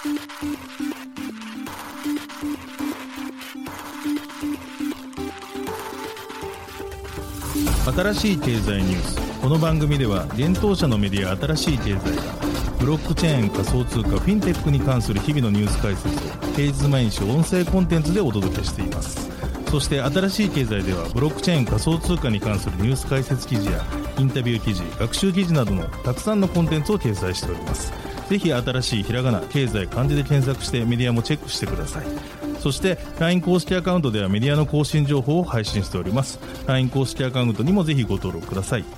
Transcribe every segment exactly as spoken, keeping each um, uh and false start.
新しい経済ニュース。この番組では現当社のメディア新しい経済がブロックチェーン、仮想通貨、フィンテックに関する日々のニュース解説を平日毎日音声コンテンツでお届けしています。そして新しい経済ではブロックチェーン、仮想通貨に関するニュース解説記事やインタビュー記事、学習記事などのたくさんのコンテンツを掲載しております。ぜひ新しいひらがな、経済、漢字で検索してメディアもチェックしてください。そして ライン 公式アカウントではメディアの更新情報を配信しております。 ライン 公式アカウントにもぜひご登録ください。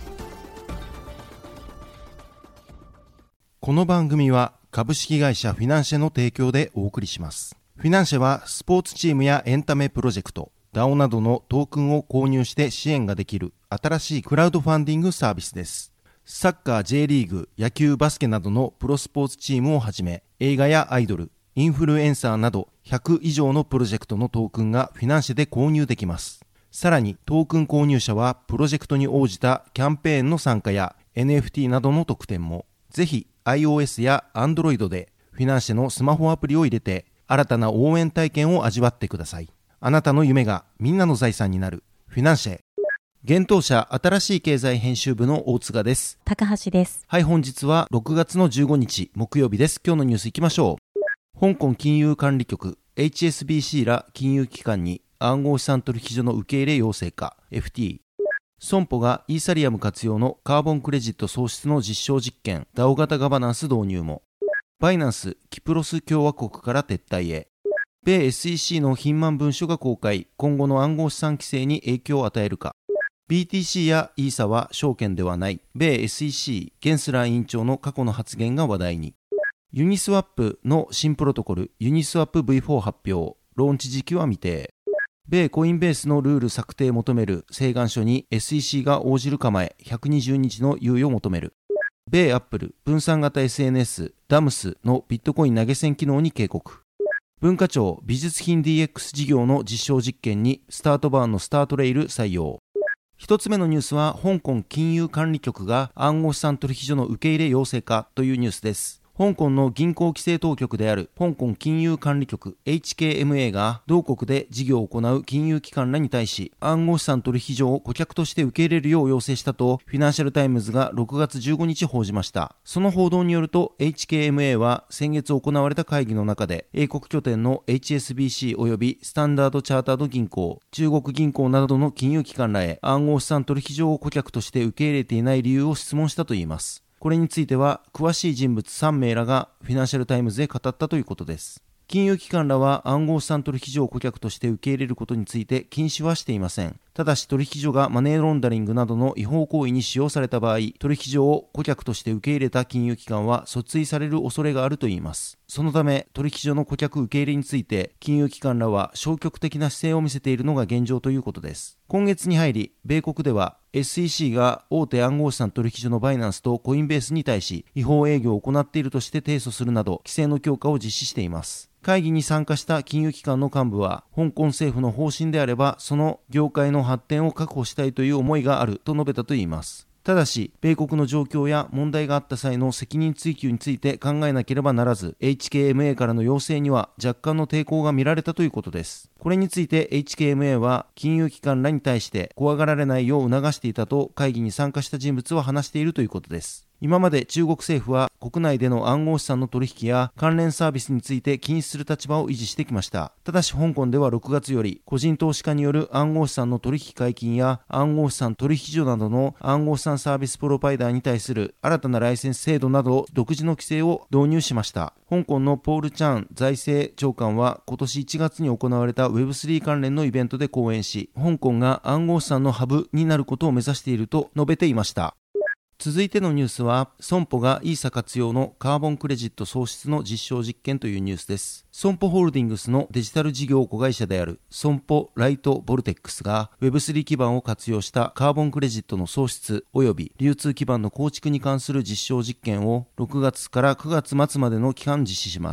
この番組は株式会社フィナンシェの提供でお送りします。フィナンシェはスポーツチームやエンタメプロジェクト、ダオ などのトークンを購入して支援ができる新しいクラウドファンディングサービスです。サッカー、J リーグ、野球、バスケなどのプロスポーツチームをはじめ、映画やアイドル、インフルエンサーなどひゃく以上のプロジェクトのトークンがフィナンシェで購入できます。さらにトークン購入者はプロジェクトに応じたキャンペーンの参加や エヌエフティー などの特典も。ぜひ iOS や Android でフィナンシェのスマホアプリを入れて新たな応援体験を味わってください。あなたの夢がみんなの財産になるフィナンシェ。現当社新しい経済編集部の大塚です。 高橋です。 はい、本日はろくがつのじゅうごにち木曜日です。今日のニュースいきましょう。香港金融管理局 エイチエスビーシー ら金融機関に暗号資産取引所の受け入れ要請か。 エフティー 損保がイーサリアム活用のカーボンクレジット創出の実証実験 ダオ 型ガバナンス導入も。バイナンスキプロス共和国から撤退へ。米 エスイーシー のヒンマン文書が公開、今後の暗号資産規制に影響を与えるか。 ビーティーシー やイーサは証券ではない、米 エスイーシー ゲンスラー委員長の過去の発言が話題に。ユニスワップの新プロトコルユニスワップ ブイフォー 発表、ローンチ時期は未定。米コインベースのルール策定求める請願書に エスイーシー が応じる構え、ひゃくにじゅうにちの猶予を求める。米アップル分散型 エスエヌエス ダムスのビットコイン投げ銭機能に警告。文化庁美術品 ディーエックス 事業の実証実験にスタートバーンのスタートレイル採用。一つ目のニュースは香港金融管理局が暗号資産取引所の受け入れ要請かというニュースです。香港の銀行規制当局である香港金融管理局 エイチケーエムエー が同国で事業を行う金融機関らに対し暗号資産取引所を顧客として受け入れるよう要請したとフィナンシャルタイムズがろくがつじゅうごにち報じました。その報道によると エイチケーエムエー は先月行われた会議の中で英国拠点の エイチエスビーシー およびスタンダードチャータード銀行、中国銀行などの金融機関らへ暗号資産取引所を顧客として受け入れていない理由を質問したといいます。これについては詳しい人物さんめいらがフィナンシャルタイムズで語ったということです。金融機関らは暗号資産取引所を顧客として受け入れることについて禁止はしていません。ただし取引所がマネーロンダリングなどの違法行為に使用された場合、取引所を顧客として受け入れた金融機関は訴追される恐れがあるといいます。そのため取引所の顧客受け入れについて金融機関らは消極的な姿勢を見せているのが現状ということです。今月に入り米国では エスイーシー が大手暗号資産取引所のバイナンスとコインベースに対し違法営業を行っているとして提訴するなど規制の強化を実施しています。会議に参加した金融機関の幹部は香港政府の方針であればその業界の発展を確保したいという思いがあると述べたといいます。ただし米国の状況や問題があった際の責任追及について考えなければならず エイチケーエムエー からの要請には若干の抵抗が見られたということです。これについて エイチケーエムエー は金融機関らに対して怖がられないよう促していたと会議に参加した人物は話しているということです。今まで中国政府は国内での暗号資産の取引や関連サービスについて禁止する立場を維持してきました。ただし香港ではろくがつより個人投資家による暗号資産の取引解禁や暗号資産取引所などの暗号資産サービスプロバイダーに対する新たなライセンス制度など独自の規制を導入しました。香港のポール・チャン財政長官は今年いちがつに行われた ウェブスリー 関連のイベントで講演し、香港が暗号資産のハブになることを目指していると述べていました。続いてのニュースは損保がイーサ活用のカーボンクレジット創出の実証実験というニュースです。損保ホールディングスのデジタル事業子会社である損保ライトボルテックスが ウェブスリー 基盤を活用したカーボンクレジットの創出及び流通基盤の構築に関する実証実験をろくがつからくがつ末までの期間実施します。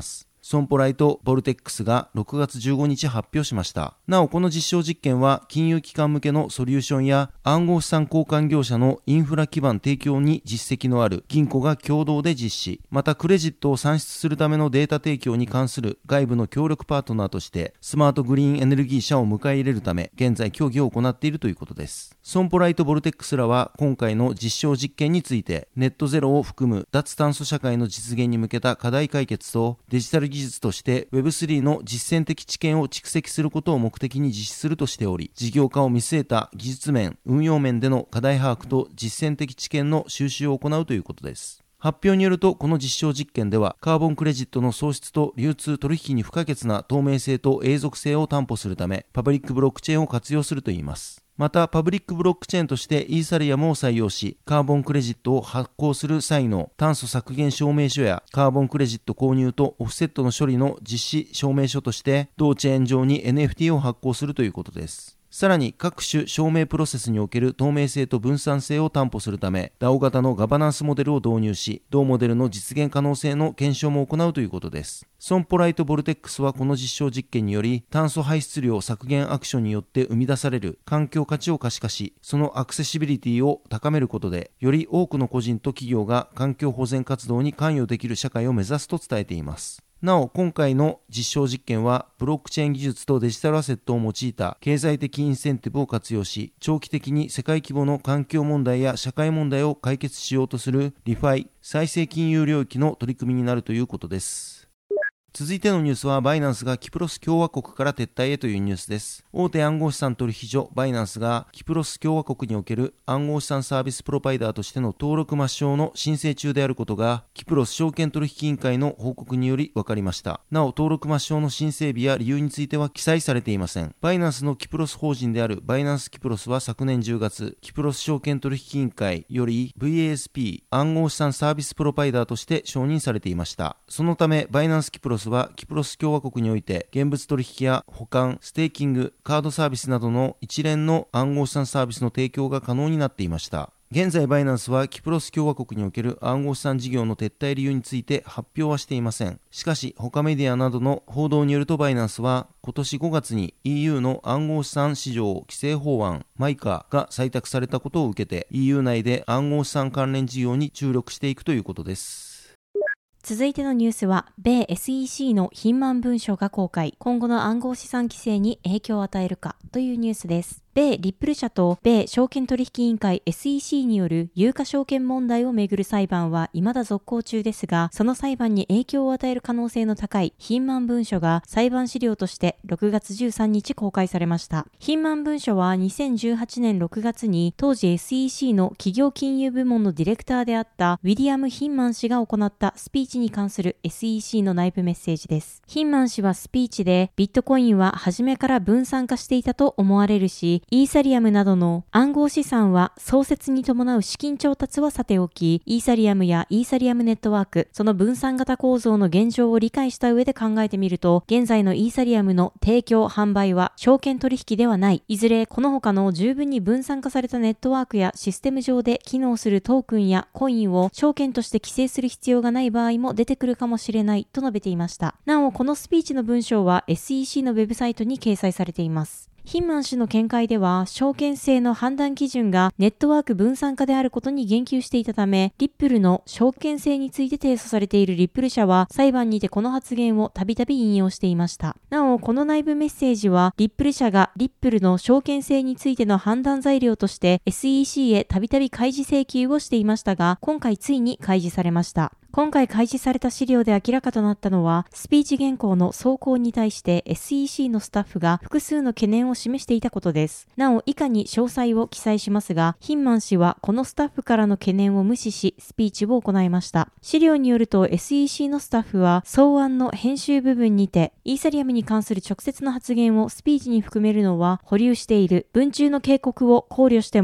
ソンポライとボルテックスがろくがつじゅうごにち発表しました。なお、この実証実験は金融機関向けのソリューションや暗号資産交換業者のインフラ基盤提供に実績のある銀行が共同で実施、またクレジットを算出するためのデータ提供に関する外部の協力パートナーとしてスマートグリーンエネルギー社を迎え入れるため現在協議を行っているということです。ソンポライとボルテックスらは今回の実証実験についてネットゼロを含む脱炭素社会の実現に向けた課題解決とデジタル技術として ウェブスリー の実践的知見を蓄積することを目的に実施するとしており、事業化を見据えた技術面、運用面での課題把握と実践的知見の収集を行うということです。発表によると、この実証実験ではカーボンクレジットの創出と流通取引に不可欠な透明性と永続性を担保するためパブリックブロックチェーンを活用するといいます。またパブリックブロックチェーンとしてイーサリアムを採用し、カーボンクレジットを発行する際の炭素削減証明書やカーボンクレジット購入とオフセットの処理の実施証明書として同チェーン上に エヌエフティー を発行するということです。さらに各種証明プロセスにおける透明性と分散性を担保するため ダオ 型のガバナンスモデルを導入し、同モデルの実現可能性の検証も行うということです。ソンポライとボルテックスはこの実証実験により炭素排出量削減アクションによって生み出される環境価値を可視化し、そのアクセシビリティを高めることでより多くの個人と企業が環境保全活動に関与できる社会を目指すと伝えています。なお、今回の実証実験はブロックチェーン技術とデジタルアセットを用いた経済的インセンティブを活用し、長期的に世界規模の環境問題や社会問題を解決しようとするリファイ、再生金融領域の取り組みになるということです。続いてのニュースはバイナンスがキプロス共和国から撤退へというニュースです。大手暗号資産取引所バイナンスがキプロス共和国における暗号資産サービスプロバイダーとしての登録抹消の申請中であることがキプロス証券取引委員会の報告により分かりました。なお、登録抹消の申請日や理由については記載されていません。バイナンスのキプロス法人であるバイナンスキプロスは昨年じゅうがつ、キプロス証券取引委員会より ブイエーエスピー 暗号資産サービスプロバイダーとして承認されていました。そのためバイナンスキプロスはキプロス共和国において現物取引や保管、ステーキング、カードサービスなどの一連の暗号資産サービスの提供が可能になっていました。現在バイナンスはキプロス共和国における暗号資産事業の撤退理由について発表はしていません。しかし他メディアなどの報道によるとバイナンスは今年ごがつに イーユー の暗号資産市場規制法案マイカが採択されたことを受けて イーユー 内で暗号資産関連事業に注力していくということです。 続いてのニュースは、米 エスイーシー のヒンマン文書が公開、今後の暗号資産規制に影響を与えるかというニュースです。米リップル社と米証券取引委員会 エスイーシー による有価証券問題をめぐる裁判は未だ続行中ですが、その裁判に影響を与える可能性の高いヒンマン文書が裁判資料としてろくがつじゅうさんにち公開されました。ヒンマン文書はにせんじゅうはちねんろくがつに当時 エスイーシー の企業金融部門のディレクターであったウィリアム・ヒンマン氏が行ったスピーチに関する エスイーシー の内部メッセージです。ヒンマン氏はスピーチでビットコインは初めから分散化していたと思われるし、イーサリアムなどの暗号資産は創設に伴う資金調達はさておき、イーサリアムやイーサリアムネットワーク、その分散型構造の現状を理解した上で考えてみると、現在のイーサリアムの提供販売は証券取引ではない。いずれこの他の十分に分散化されたネットワークやシステム上で機能するトークンやコインを証券として規制する必要がない場合も出てくるかもしれないと述べていました。なお、このスピーチの文章は エスイーシー のウェブサイトに掲載されています。ヒンマン氏の見解では、証券性の判断基準がネットワーク分散化であることに言及していたため、リップルの証券性について提訴されているリップル社は裁判にてこの発言をたびたび引用していました。なお、この内部メッセージは、リップル社がリップルの証券性についての判断材料として エスイーシー へたびたび開示請求をしていましたが、今回ついに開示されました。今回開示された資料で明らかとなったのは、スピーチ原稿の草稿に対して エスイーシー のスタッフが複数の懸念を示していたことです。なお、以下に詳細を記載しますが、ヒンマン氏はこのスタッフからの懸念を無視し、スピーチを行いました。資料によると エスイーシー のスタッフは、草案の編集部分にて、イーサリアムに関する直接の発言をスピーチに含めるのは保留している。文中の警告を考慮しても、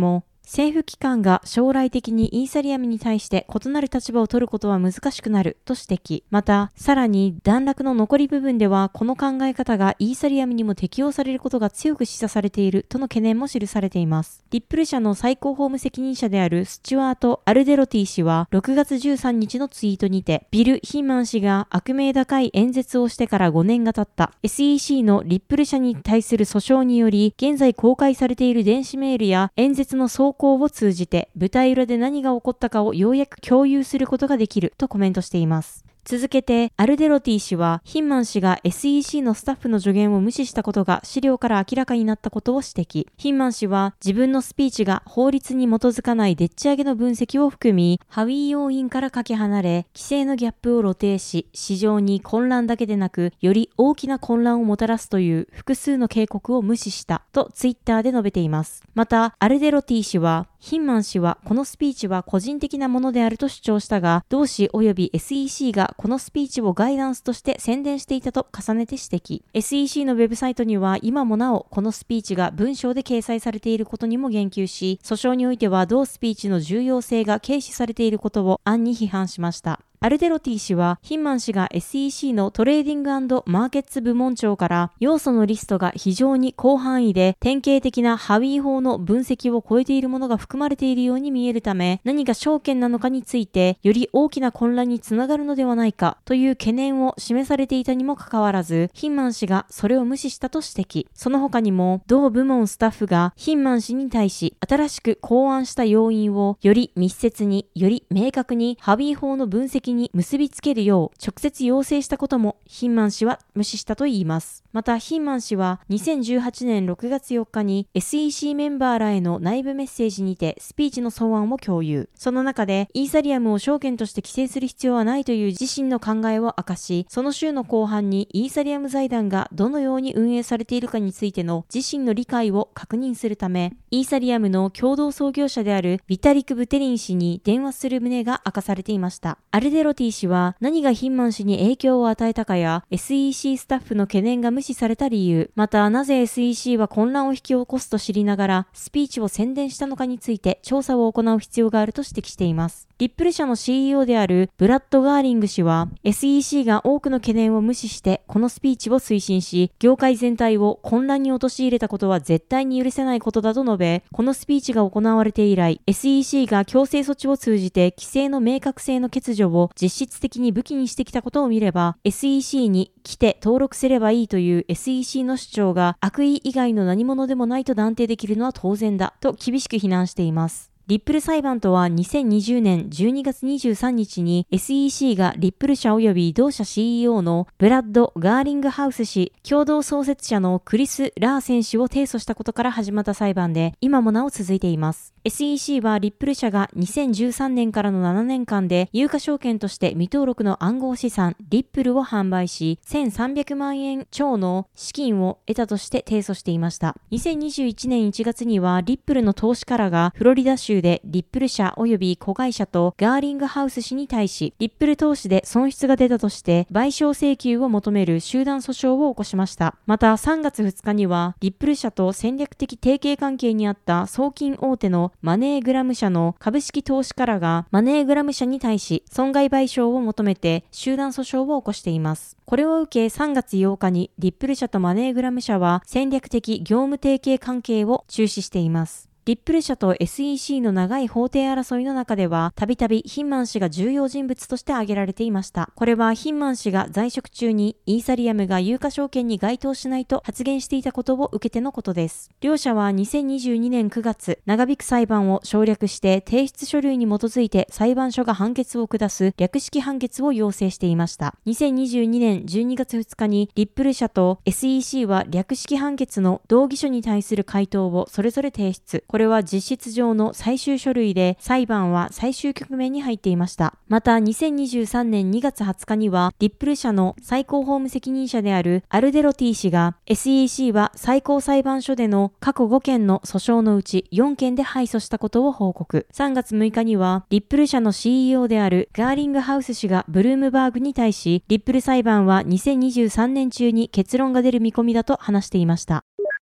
政府機関が将来的にイーサリアムに対して異なる立場を取ることは難しくなると指摘。また、さらに段落の残り部分ではこの考え方がイーサリアムにも適用されることが強く示唆されているとの懸念も記されています。リップル社の最高法務責任者であるスチュワート・アルデロティ氏はろくがつじゅうさんにちのツイートにて、ビル・ヒーマン氏が悪名高い演説をしてからごねんが経った エスイーシー のリップル社に対する訴訟により、現在公開されている電子メールや演説の走行を通じて舞台裏で何が起こったかをようやく共有することができるとコメントしています。続けて、アルデロティ氏は、ヒンマン氏が エスイーシー のスタッフの助言を無視したことが資料から明らかになったことを指摘。ヒンマン氏は、自分のスピーチが法律に基づかないでっち上げの分析を含み、ハウィー要因からかけ離れ、規制のギャップを露呈し、市場に混乱だけでなく、より大きな混乱をもたらすという複数の警告を無視した、とツイッターで述べています。また、アルデロティ氏は、ヒンマン氏はこのスピーチは個人的なものであると主張したが、同氏及び エスイーシー がこのスピーチをガイダンスとして宣伝していたと重ねて指摘。エスイーシー のウェブサイトには今もなおこのスピーチが文章で掲載されていることにも言及し、訴訟においては同スピーチの重要性が軽視されていることを暗に批判しました。アルデロティ氏は、ヒンマン氏が エスイーシー のトレーディング&マーケッツ部門長から要素のリストが非常に広範囲で典型的なハウィー法の分析を超えているものが含まれているように見えるため、何が証券なのかについてより大きな混乱につながるのではないかという懸念を示されていたにもかかわらず、ヒンマン氏がそれを無視したと指摘。その他にも、同部門スタッフがヒンマン氏に対し新しく考案した要因をより密接に、より明確にハウィー法の分析に結びつけるよう直接要請したこともヒンマン氏は無視したといいます。またヒンマン氏はにせんじゅうはちねんろくがつよっかに エスイーシー メンバーらへの内部メッセージにてスピーチの草案を共有。その中でイーサリアムを証券として規制する必要はないという自身の考えを明かし、その週の後半にイーサリアム財団がどのように運営されているかについての自身の理解を確認するため、イーサリアムの共同創業者であるビタリク・ブテリン氏に電話する旨が明かされていました。アルデロティ氏は何がヒンマン氏に影響を与えたかや エスイーシー スタッフの懸念が無視された理由、またなぜ エスイーシー は混乱を引き起こすと知りながらスピーチを宣伝したのかについて調査を行う必要があると指摘しています。リップル社の シーイーオー であるブラッド・ガーリング氏は エスイーシー が多くの懸念を無視してこのスピーチを推進し、業界全体を混乱に陥れたことは絶対に許せないことだと述べ、このスピーチが行われて以来 エスイーシー が強制措置を通じて規制の明確性の欠如を実質的に武器にしてきたことを見れば エスイーシー に来て登録すればいいという エスイーシー の主張が悪意以外の何者でもないと断定できるのは当然だと厳しく非難しています。リップル裁判とはにせんにじゅうねんじゅうにがつにじゅうさんにちに エスイーシー がリップル社及び同社 シーイーオー のブラッド・ガーリングハウス氏、共同創設者のクリス・ラーセン氏を提訴したことから始まった裁判で今もなお続いています。エスイーシー はリップル社がにせんじゅうさんねんからのななねんかんで有価証券として未登録の暗号資産リップルを販売しせんさんびゃくまんえん超の資金を得たとして提訴していました。にせんにじゅういちねんいちがつにはリップルの投資家らがフロリダ州でリップル社及び子会社とガーリングハウス氏に対しリップル投資で損失が出たとして賠償請求を求める集団訴訟を起こしました。またさんがつふつかにはリップル社と戦略的提携関係にあった送金大手のマネーグラム社の株式投資家らがマネーグラム社に対し損害賠償を求めて集団訴訟を起こしています。これを受けさんがつようかにリップル社とマネーグラム社は戦略的業務提携関係を中止しています。リップル社と エスイーシー の長い法廷争いの中では、たびたびヒンマン氏が重要人物として挙げられていました。これはヒンマン氏が在職中にイーサリアムが有価証券に該当しないと発言していたことを受けてのことです。両者はにせんにじゅうにねんくがつ、長引く裁判を省略して提出書類に基づいて裁判所が判決を下す略式判決を要請していました。にせんにじゅうにねんじゅうにがつふつかにリップル社と エスイーシー は略式判決の動議書に対する回答をそれぞれ提出。これは実質上の最終書類で裁判は最終局面に入っていました。またにせんにじゅうさんねんにがつはつかにはリップル社の最高法務責任者であるアルデロティ氏が エスイーシー は最高裁判所での過去ごけんの訴訟のうちよんけんで敗訴したことを報告。さんがつむいかにはリップル社の シーイーオー であるガーリングハウス氏がブルームバーグに対しリップル裁判はにせんにじゅうさんねん中に結論が出る見込みだと話していました。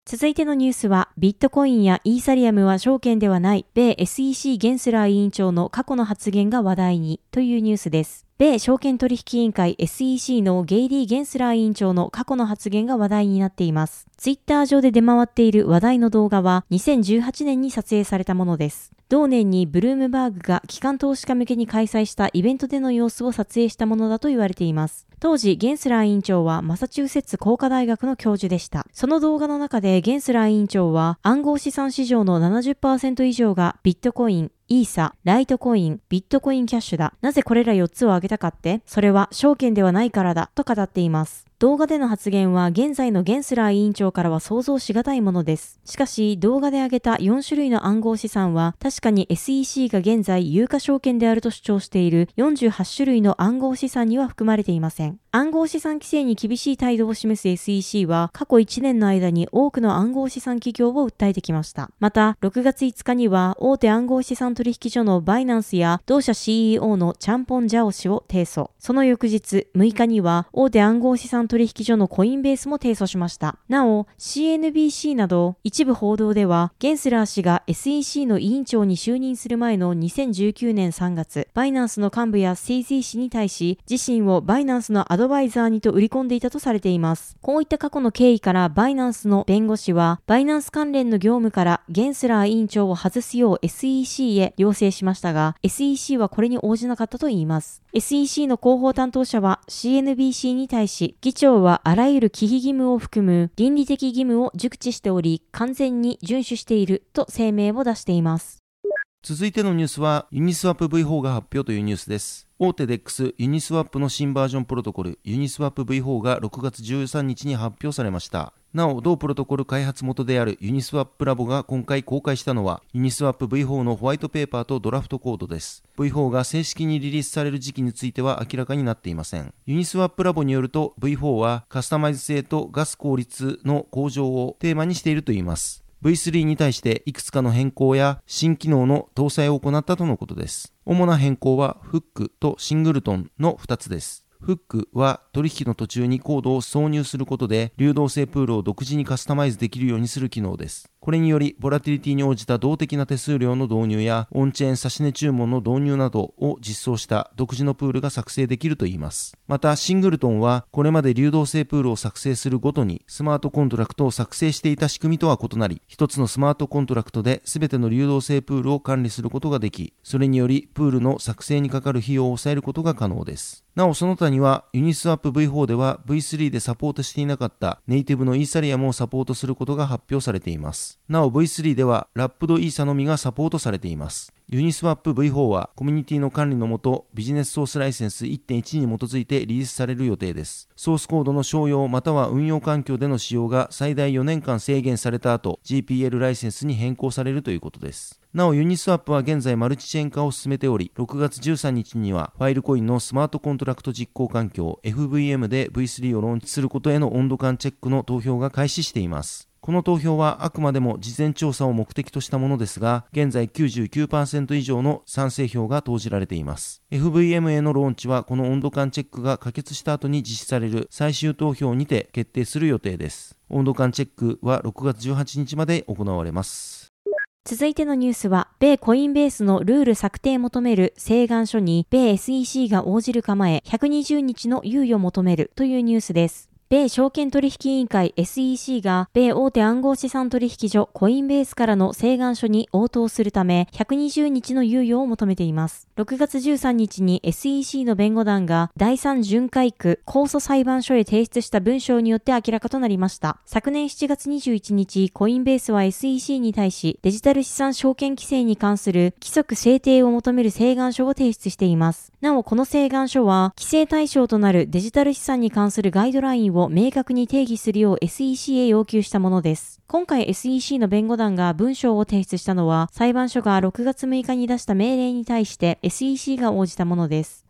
続いてのニュースは、ビットコインやイーサリアムは証券ではない、米 エスイーシー ゲンスラー委員長の過去の発言が話題に、というニュースです。米証券取引委員会 エスイーシー のゲイリー・ゲンスラー委員長の過去の発言が話題になっています。ツイッター上で出回っている話題の動画はにせんじゅうはちねんに撮影されたものです。同年にブルームバーグが機関投資家向けに開催したイベントでの様子を撮影したものだと言われています。当時、ゲンスラー委員長はマサチューセッツ工科大学の教授でした。その動画の中でゲンスラー委員長は暗号資産市場の ななじゅっパーセント 以上がビットコイン、イーサ、ライトコイン、ビットコインキャッシュだ。なぜこれらよっつを挙げたかって？それは証券ではないからだ、と語っています。動画での発言は現在のゲンスラー委員長からは想像しがたいものです。しかし動画で挙げたよん種類の暗号資産は確かに エスイーシー が現在有価証券であると主張しているよんじゅうはち種類の暗号資産には含まれていません。暗号資産規制に厳しい態度を示す エスイーシー は過去いちねんの間に多くの暗号資産企業を訴えてきました。またろくがついつかには大手暗号資産取引所のバイナンスや同社 シーイーオー のチャンポンジャオ氏を提訴。その翌日むいかには大手暗号資産取引所のコインベースも提訴しました。なお シーエヌビーシー など一部報道ではゲンスラー氏が エスイーシー の委員長に就任する前のにせんじゅうきゅうねんさんがつ、バイナンスの幹部や シーゼー 氏に対し自身をバイナンスのアドバイザーにと売り込んでいたとされています。こういった過去の経緯からバイナンスの弁護士はバイナンス関連の業務からゲンスラー委員長を外すよう エスイーシー へ要請しましたが エスイーシー はこれに応じなかったといいます。 エスイーシー の広報担当者は シーエヌビーシー に対し議長はあらゆる忌避義務を含む倫理的義務を熟知しており完全に遵守していると声明を出しています。 続いてのニュースはユニスワップ ブイフォー が発表というニュースです。大手 デックス ユニスワップの新バージョンプロトコルユニスワップ ブイフォー がろくがつじゅうさんにちに発表されました。なお同プロトコル開発元であるユニスワップラボが今回公開したのはユニスワップ ブイフォー のホワイトペーパーとドラフトコードです。 ブイフォー が正式にリリースされる時期については明らかになっていません。ユニスワップラボによると ブイフォー はカスタマイズ性とガス効率の向上をテーマにしているといいます。ブイスリー に対していくつかの変更や新機能の搭載を行ったとのことです。主な変更はフックとシングルトンのふたつです。フックは取引の途中にコードを挿入することで流動性プールを独自にカスタマイズできるようにする機能です。これによりボラティリティに応じた動的な手数料の導入やオンチェーン指値注文の導入などを実装した独自のプールが作成できるといいます。またシングルトンはこれまで流動性プールを作成するごとにスマートコントラクトを作成していた仕組みとは異なり一つのスマートコントラクトで全ての流動性プールを管理することができそれによりプールの作成にかかる費用を抑えることが可能です。なおその他にはユニスワップ ブイフォー では ブイスリー でサポートしていなかったネイティブのイーサリアムをサポートすることが発表されています。なお ブイスリー ではラップドイーサのみがサポートされています。ユニスワップ ブイフォー はコミュニティの管理のもとビジネスソースライセンス いってんいち に基づいてリリースされる予定です。ソースコードの商用または運用環境での使用が最大よねんかん制限された後 ジーピーエル ライセンスに変更されるということです。なおユニスワップは現在マルチチェーン化を進めておりろくがつじゅうさんにちにはファイルコインのスマートコントラクト実行環境 エフブイエム で ブイスリー をローンチすることへの温度感チェックの投票が開始しています。この投票はあくまでも事前調査を目的としたものですが現在 きゅうじゅうきゅうパーセント 以上の賛成票が投じられています。 エフブイエム へのローンチはこの温度感チェックが可決した後に実施される最終投票にて決定する予定です。温度感チェックはろくがつじゅうはちにちまで行われます。 続いてのニュースは、米コインベースのルール策定求める請願書に米 エスイーシー が応じる構えひゃくにじゅうにちの猶予求めるというニュースです。米証券取引委員会 エスイーシー が米大手暗号資産取引所コインベースからの請願書に応答するためひゃくにじゅうにちの猶予を求めています。ろくがつじゅうさんにちに エスイーシー の弁護団がだいさん巡回区控訴裁判所へ提出した文章によって明らかとなりました。昨年しちがつにじゅういちにちコインベースは エスイーシー に対しデジタル資産証券規制に関する規則制定を求める請願書を提出しています。なおこの請願書は規制対象となるデジタル資産に関するガイドラインを明確に定義するよう エスイーシー へ要求したものです。今回 エスイーシー の弁護団が文章を提出したのは裁判所がろくがつむいかに出した命令に対して エスイーシー が応じたものです。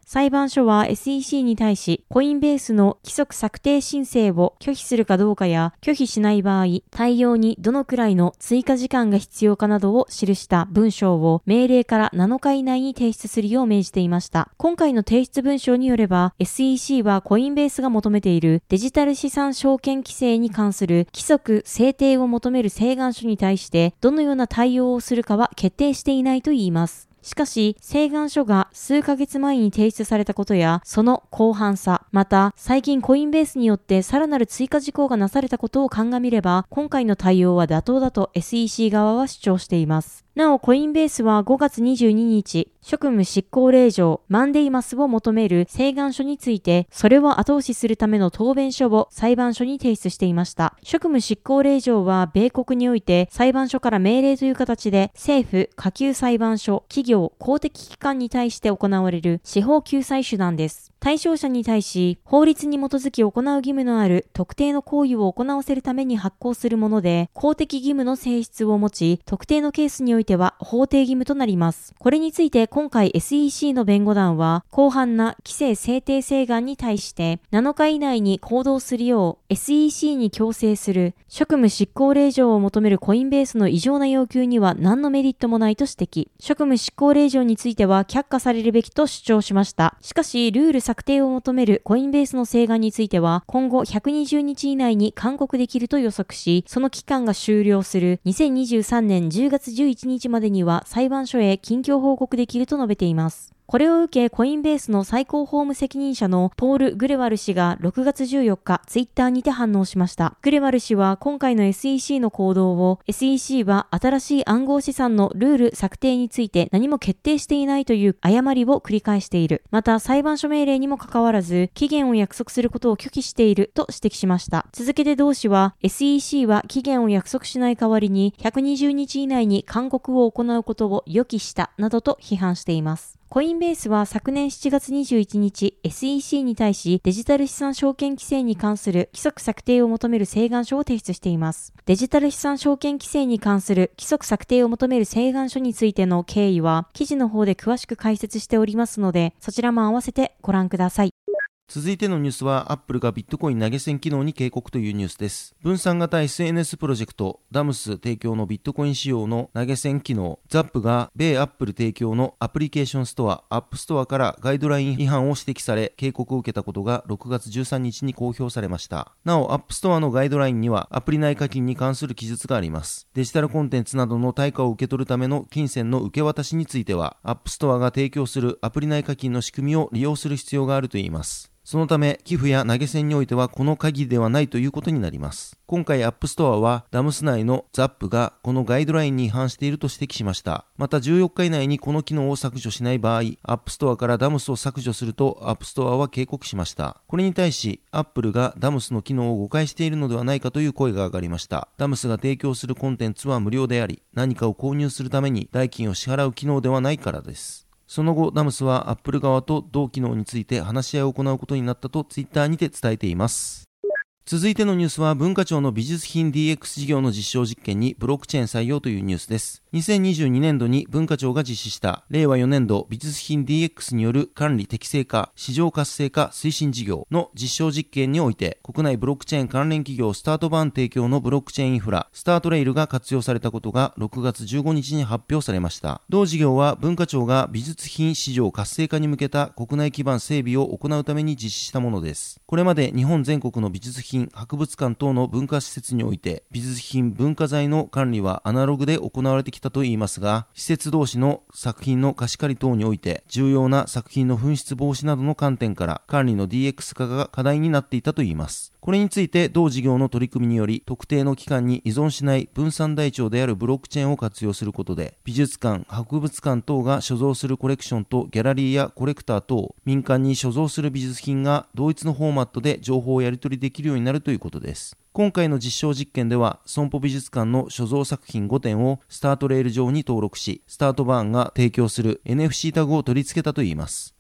裁判所は エスイーシー に対し、コインベースの規則策定申請を拒否するかどうかや、拒否しない場合、対応にどのくらいの追加時間が必要かなどを記した文章を命令からなのか以内に提出するよう命じていました。今回の提出文書によれば、エスイーシー はコインベースが求めているデジタル資産証券規制に関する規則制定を求める請願書に対して、どのような対応をするかは決定していないといいます。しかし、請願書が数ヶ月前に提出されたことや、その広範さ、また最近コインベースによってさらなる追加事項がなされたことを鑑みれば、今回の対応は妥当だと エスイーシー 側は主張しています。なお、コインベースはごがつにじゅうににち、職務執行令状マンデイマスを求める請願書について、それを後押しするための答弁書を裁判所に提出していました。職務執行令状は米国において裁判所から命令という形で政府、下級裁判所、企業、公的機関に対して行われる司法救済手段です。対象者に対し、法律に基づき行う義務のある特定の行為を行わせるために発行するもので、公的義務の性質を持ち、特定のケースにおいては法定義務となります。これについて今回 エスイーシー の弁護団は、広範な規制制定請願に対してなのか以内に行動するよう エスイーシー に強制する職務執行令状を求めるコインベースの異常な要求には何のメリットもないと指摘。職務執行令状については却下されるべきと主張しました。しかし、ルール策定を求めるコインベースの請願については、今後ひゃくにじゅうにち以内に勧告できると予測し、その期間が終了するにせんにじゅうさんねんじゅうがつじゅういちにちまでには裁判所へ近況報告できると述べています。これを受け、コインベースの最高法務責任者のポール・グレワル氏がろくがつじゅうよっか、ツイッターにて反応しました。グレワル氏は今回の エスイーシー の行動を、エスイーシー は新しい暗号資産のルール策定について何も決定していないという誤りを繰り返している。また、裁判所命令にもかかわらず、期限を約束することを拒否していると指摘しました。続けて同氏は、エスイーシー は期限を約束しない代わりに、ひゃくにじゅうにち以内に勧告を行うことを予期したなどと批判しています。コインベースは昨年しちがつにじゅういちにち エスイーシー に対しデジタル資産証券規制に関する規則策定を求める請願書を提出しています。デジタル資産証券規制に関する規則策定を求める請願書についての経緯は記事の方で詳しく解説しておりますので、そちらも合わせてご覧ください。 続いてのニュースは、アップルがビットコイン投げ銭機能に警告というニュースです。分散型 エスエヌエス プロジェクト、ダムス提供のビットコイン仕様の投げ銭機能、ザップが米アップル提供のアプリケーションストア、アップストアからガイドライン違反を指摘され、警告を受けたことがろくがつじゅうさんにちに公表されました。なお、アップストアのガイドラインには、アプリ内課金に関する記述があります。デジタルコンテンツなどの対価を受け取るための金銭の受け渡しについては、アップストアが提供するアプリ内課金の仕組みを利用する必要があるといいます。そのため、寄付や投げ銭においてはこの鍵ではないということになります。今回 App Store はダムス内の ザップ がこのガイドラインに違反していると指摘しました。またじゅうよっか以内にこの機能を削除しない場合、App Store からダムスを削除すると App Store は警告しました。これに対し、Apple がダムスの機能を誤解しているのではないかという声が上がりました。ダムスが提供するコンテンツは無料であり、何かを購入するために代金を支払う機能ではないからです。その後、ダムスは Apple 側と同機能について話し合いを行うことになったと Twitter にて伝えています。続いてのニュースは、文化庁の美術品 ディーエックス 事業の実証実験にブロックチェーン採用というニュースです。にせんにじゅうにねんどに文化庁が実施したれいわよねんど美術品 ディーエックス による管理適正化、市場活性化推進事業の実証実験において、国内ブロックチェーン関連企業スタートバーン提供のブロックチェーンインフラ、スタートレイルが活用されたことがろくがつじゅうごにちに発表されました。同事業は文化庁が美術品市場活性化に向けた国内基盤整備を行うために実施したものです。これまで日本全国の美術品、博物館等の文化施設において、美術品文化財の管理はアナログで行われてきたといいますが、施設同士の作品の貸し借り等において、重要な作品の紛失防止などの観点から管理の ディーエックス 化が課題になっていたといいます。これについて同事業の取り組みにより、特定の機関に依存しない分散台帳であるブロックチェーンを活用することで、美術館、博物館等が所蔵するコレクションとギャラリーやコレクター等、民間に所蔵する美術品が同一のフォーマットで情報をやり取りできるようになるということです。今回の実証実験では、損保美術館の所蔵作品ごてんをスタートレール上に登録し、スタートバーンが提供する エヌエフシー タグを取り付けたといいます。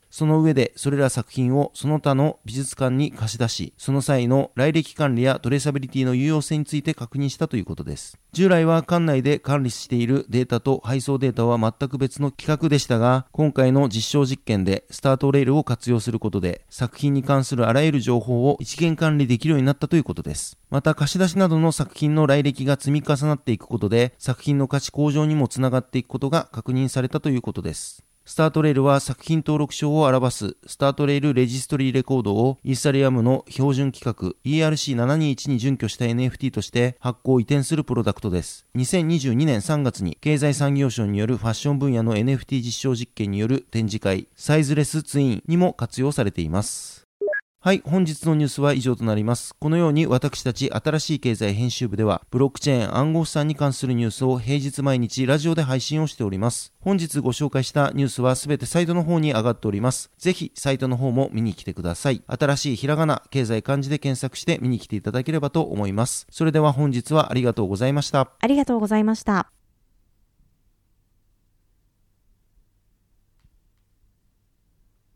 その上でそれら作品をその他の美術館に貸し出し、その際の来歴管理やトレーサビリティの有用性について確認したということです。従来は館内で管理しているデータと配送データは全く別の企画でしたが、今回の実証実験でスタートレールを活用することで作品に関するあらゆる情報を一元管理できるようになったということです。また貸し出しなどの作品の来歴が積み重なっていくことで作品の価値向上にもつながっていくことが確認されたということです。スタートレールは作品登録証を表すスタートレールレジストリーレコードをイーサリアムの標準規格 イーアールシーななにーいち に準拠した エヌエフティー として発行移転するプロダクトです。にせんにじゅうにねんさんがつに経済産業省によるファッション分野の エヌエフティー 実証実験による展示会サイズレスツインにも活用されています。はい、本日のニュースは以上となります。このように私たち新しい経済編集部ではブロックチェーン暗号資産に関するニュースを平日毎日ラジオで配信をしております。本日ご紹介したニュースはすべてサイトの方に上がっております。ぜひサイトの方も見に来てください。新しいひらがな、経済漢字で検索して見に来ていただければと思います。それでは本日はありがとうございました。 ありがとうございました。